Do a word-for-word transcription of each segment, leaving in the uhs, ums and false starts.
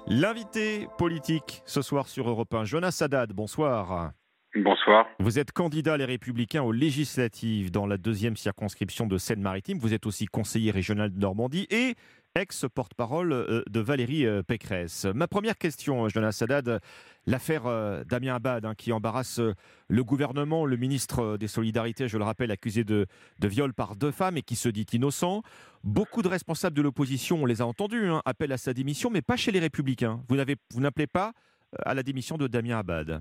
L'invité politique ce soir sur Europe un, Jonas Haddad, bonsoir. Bonsoir. Vous êtes candidat Les Républicains aux législatives dans la deuxième circonscription de Seine-Maritime. Vous êtes aussi conseiller régional de Normandie et ex-porte-parole euh, de Valérie euh, Pécresse. Ma première question, Jonas Haddad, l'affaire euh, Damien Abad hein, qui embarrasse euh, le gouvernement, le ministre euh, des Solidarités, je le rappelle, accusé de, de viol par deux femmes et qui se dit innocent. Beaucoup de responsables de l'opposition, on les a entendus, hein, appellent à sa démission, mais pas chez les Républicains. Vous n'avez, vous n'appelez pas euh, à la démission de Damien Abad?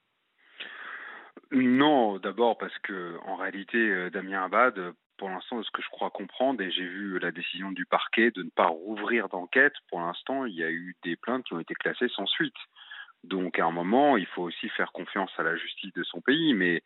Non, d'abord parce que en réalité, euh, Damien Abad, euh, pour l'instant, de ce que je crois comprendre, et j'ai vu la décision du parquet de ne pas rouvrir d'enquête, pour l'instant, il y a eu des plaintes qui ont été classées sans suite. Donc, à un moment, il faut aussi faire confiance à la justice de son pays. Mais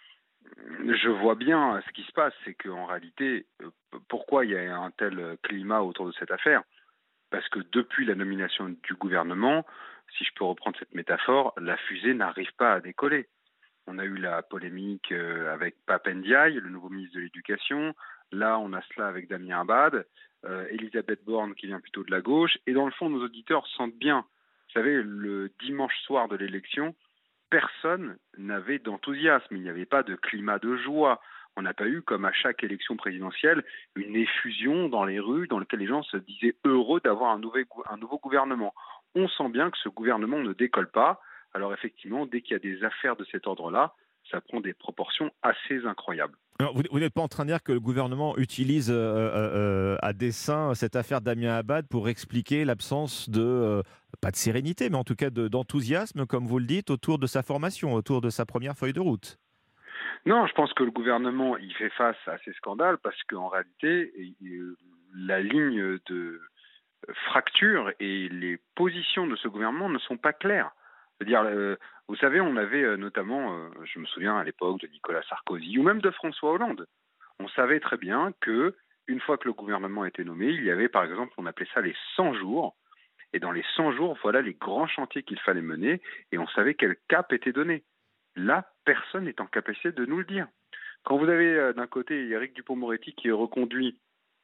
je vois bien ce qui se passe, c'est qu'en réalité, euh, pourquoi il y a un tel climat autour de cette affaire? Parce que depuis la nomination du gouvernement, si je peux reprendre cette métaphore, la fusée n'arrive pas à décoller. On a eu la polémique euh, avec Pape Ndiaye, le nouveau ministre de l'Éducation. Là, on a cela avec Damien Abad, euh, Elisabeth Borne qui vient plutôt de la gauche. Et dans le fond, nos auditeurs sentent bien. Vous savez, le dimanche soir de l'élection, personne n'avait d'enthousiasme. Il n'y avait pas de climat de joie. On n'a pas eu, comme à chaque élection présidentielle, une effusion dans les rues dans laquelle les gens se disaient heureux d'avoir un, nouvel, un nouveau gouvernement. On sent bien que ce gouvernement ne décolle pas. Alors effectivement, dès qu'il y a des affaires de cet ordre-là, ça prend des proportions assez incroyables. Alors, vous, vous n'êtes pas en train de dire que le gouvernement utilise euh, euh, euh, à dessein cette affaire Damien Abad pour expliquer l'absence de, euh, pas de sérénité, mais en tout cas de, d'enthousiasme, comme vous le dites, autour de sa formation, autour de sa première feuille de route? Non, je pense que le gouvernement il fait face à ces scandales parce qu'en réalité, il, la ligne de fracture et les positions de ce gouvernement ne sont pas claires. C'est-à-dire, euh, vous savez, on avait euh, notamment, euh, je me souviens à l'époque de Nicolas Sarkozy ou même de François Hollande, on savait très bien que une fois que le gouvernement était nommé, il y avait par exemple, on appelait ça les cent jours, et dans les cent jours, voilà les grands chantiers qu'il fallait mener, et on savait quel cap était donné. Là, personne n'est en capacité de nous le dire. Quand vous avez euh, d'un côté Éric Dupond-Moretti qui est reconduit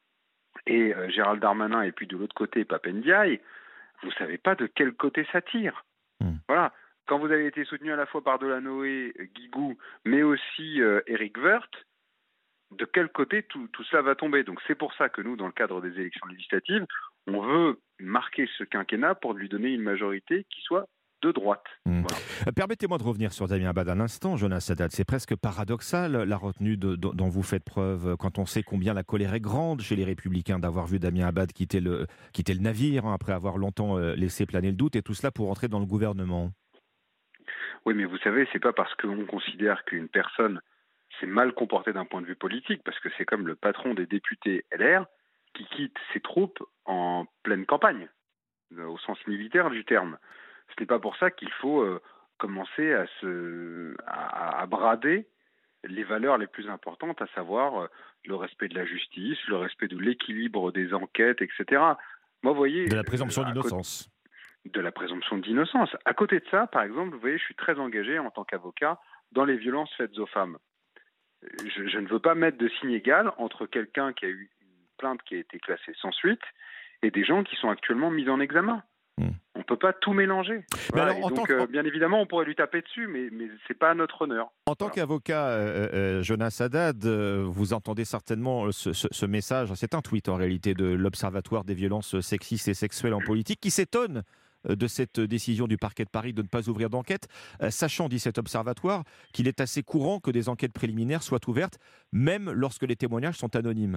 et euh, Gérald Darmanin, et puis de l'autre côté Pape Ndiaye, vous ne savez pas de quel côté ça tire. Hmm. Voilà. Quand vous avez été soutenu à la fois par Delanoë, Guigou, mais aussi euh, Éric Woerth, de quel côté tout, tout cela va tomber? Donc c'est pour ça que nous, dans le cadre des élections législatives, on veut marquer ce quinquennat pour lui donner une majorité qui soit de droite. Hmm. Voilà. Euh, Permettez-moi de revenir sur Damien Abad un instant, Jonas Haddad. C'est presque paradoxal la retenue de, de, dont vous faites preuve quand on sait combien la colère est grande chez les Républicains d'avoir vu Damien Abad quitter le, quitter le navire hein, après avoir longtemps euh, laissé planer le doute et tout cela pour entrer dans le gouvernement. Oui, mais vous savez, c'est pas parce qu'on considère qu'une personne s'est mal comportée d'un point de vue politique, parce que c'est comme le patron des députés L R qui quitte ses troupes en pleine campagne, au sens militaire du terme. Ce n'est pas pour ça qu'il faut euh, commencer à, se, à, à brader les valeurs les plus importantes, à savoir euh, le respect de la justice, le respect de l'équilibre des enquêtes, et cetera. Moi, vous voyez, De la euh, présomption à côté d'innocence. de la présomption d'innocence. À côté de ça, par exemple, vous voyez, je suis très engagé en tant qu'avocat dans les violences faites aux femmes. Je, je ne veux pas mettre de signe égal entre quelqu'un qui a eu une plainte qui a été classée sans suite et des gens qui sont actuellement mis en examen. Hmm. On ne peut pas tout mélanger. Mais Voilà. alors, Et en tant, donc, euh, bien évidemment, on pourrait lui taper dessus, mais, mais ce n'est pas à notre honneur. En tant Voilà. qu'avocat, euh, euh, Jonas Haddad, euh, vous entendez certainement ce, ce- ce message, c'est un tweet en réalité de l'Observatoire des violences sexistes et sexuelles en politique, qui s'étonne euh, de cette décision du parquet de Paris de ne pas ouvrir d'enquête, euh, sachant, dit cet observatoire, qu'il est assez courant que des enquêtes préliminaires soient ouvertes, même lorsque les témoignages sont anonymes.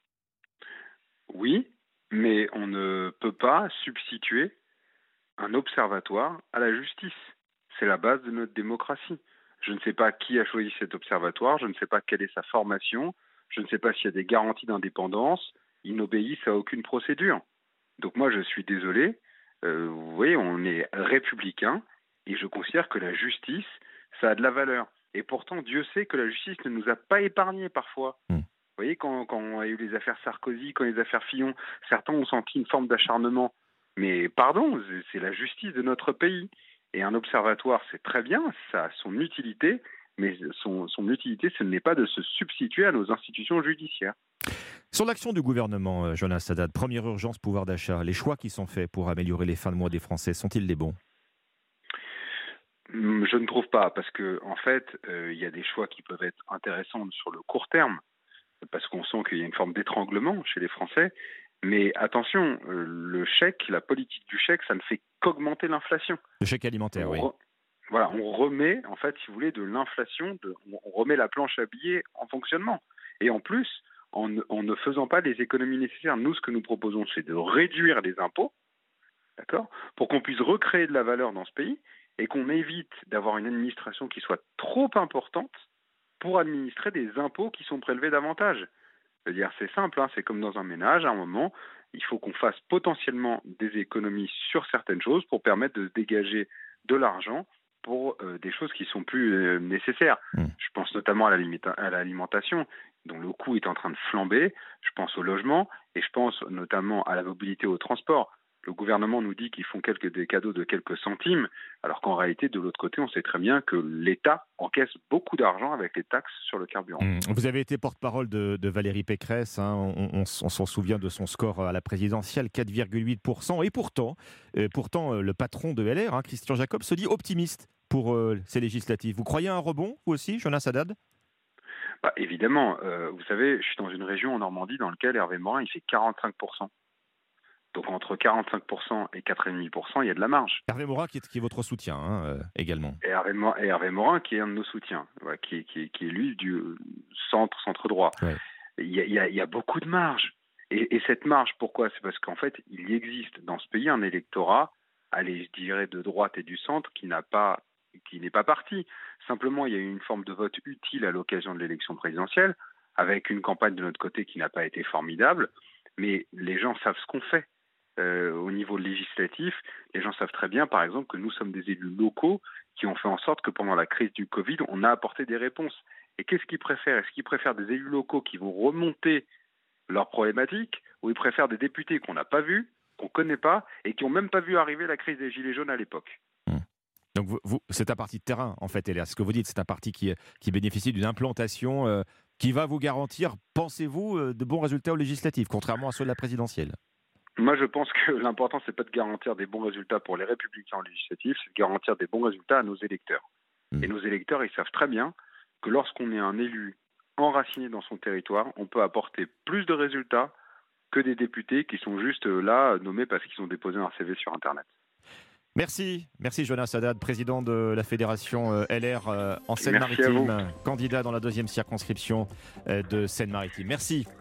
Oui, mais on ne peut pas substituer un observatoire à la justice. C'est la base de notre démocratie. Je ne sais pas qui a choisi cet observatoire, je ne sais pas quelle est sa formation, je ne sais pas s'il y a des garanties d'indépendance, ils n'obéissent à aucune procédure. Donc moi je suis désolé, euh, vous voyez, on est républicain et je considère que la justice, ça a de la valeur. Et pourtant Dieu sait que la justice ne nous a pas épargnés parfois. Hmm. Vous voyez, quand, quand on a eu les affaires Sarkozy, quand les affaires Fillon, certains ont senti une forme d'acharnement. Mais pardon, c'est la justice de notre pays. Et un observatoire, c'est très bien, ça a son utilité, mais son, son utilité, ce n'est pas de se substituer à nos institutions judiciaires. Sur l'action du gouvernement, euh, Jonas Haddad, première urgence, pouvoir d'achat, les choix qui sont faits pour améliorer les fins de mois des Français, sont-ils les bons ? Hum, Je ne trouve pas, parce que en fait, euh, il y a des choix qui peuvent être intéressants sur le court terme, parce qu'on sent qu'il y a une forme d'étranglement chez les Français. Mais attention, euh, le chèque, la politique du chèque, ça ne fait qu'augmenter l'inflation. Le chèque alimentaire, On oui. re- Voilà, on remet, en fait, si vous voulez, de l'inflation, de- on remet la planche à billets en fonctionnement. Et en plus, en, ne- en ne faisant pas les économies nécessaires, nous, ce que nous proposons, c'est de réduire les impôts, d'accord, pour qu'on puisse recréer de la valeur dans ce pays et qu'on évite d'avoir une administration qui soit trop importante pour administrer des impôts qui sont prélevés davantage. C'est-à-dire, c'est simple, hein, c'est comme dans un ménage, à un moment, il faut qu'on fasse potentiellement des économies sur certaines choses pour permettre de dégager de l'argent pour euh, des choses qui sont plus euh, nécessaires. Mmh. Je pense notamment à, la limita- à l'alimentation, dont le coût est en train de flamber. Je pense au logement et je pense notamment à la mobilité au transport. Le gouvernement nous dit qu'ils font quelques, des cadeaux de quelques centimes, alors qu'en réalité, de l'autre côté, on sait très bien que l'État encaisse beaucoup d'argent avec les taxes sur le carburant. Mmh. Vous avez été porte-parole de, de Valérie Pécresse, hein, on, on- on s'en souvient de son score à la présidentielle, quatre virgule huit pour cent. Et pourtant, euh, pourtant euh, le patron de L R, hein, Christian Jacob, se dit optimiste pour euh, ces législatives. Vous croyez à un rebond, vous aussi, Jonas Haddad ? Bah, évidemment, euh, vous savez, je suis dans une région en Normandie dans laquelle Hervé Morin, il fait quarante-cinq pour cent. Donc entre quarante-cinq pour cent et quatre virgule cinq pour cent, il y a de la marge. Hervé Morin, qui est, qui est votre soutien hein, euh, également. Et Hervé, Mo- et Hervé Morin, qui est un de nos soutiens, ouais, qui, est- qui, est- qui est lui du centre, centre-droit. Ouais. Il y, a, il y a- il y a beaucoup de marge. Et, et cette marge, pourquoi ? C'est parce qu'en fait, il y existe dans ce pays un électorat, allez, je dirais de droite et du centre, qui n'a pas, qui n'est pas parti. Simplement, il y a eu une forme de vote utile à l'occasion de l'élection présidentielle, avec une campagne de notre côté qui n'a pas été formidable, mais les gens savent ce qu'on fait. Euh, au niveau législatif, les gens savent très bien, par exemple, que nous sommes des élus locaux qui ont fait en sorte que pendant la crise du Covid, on a apporté des réponses. Et qu'est-ce qu'ils préfèrent ? Est-ce qu'ils préfèrent des élus locaux qui vont remonter leurs problématiques, ou ils préfèrent des députés qu'on n'a pas vus, qu'on ne connaît pas, et qui n'ont même pas vu arriver la crise des Gilets jaunes à l'époque ? Mmh. Donc vous, vous, c'est un parti de terrain, en fait, L R. Ce que vous dites, c'est un parti qui, qui bénéficie d'une implantation euh, qui va vous garantir, pensez-vous, euh, de bons résultats aux législatives, contrairement à ceux de la présidentielle. Moi, je pense que l'important, c'est pas de garantir des bons résultats pour les Républicains en législatif, c'est de garantir des bons résultats à nos électeurs. Mmh. Et nos électeurs, ils savent très bien que lorsqu'on est un élu enraciné dans son territoire, on peut apporter plus de résultats que des députés qui sont juste là, nommés parce qu'ils ont déposé un C V sur Internet. Merci, merci Jonas Haddad, président de la fédération euh, L R euh, en Seine-Maritime, candidat dans la deuxième circonscription euh, de Seine-Maritime. Merci.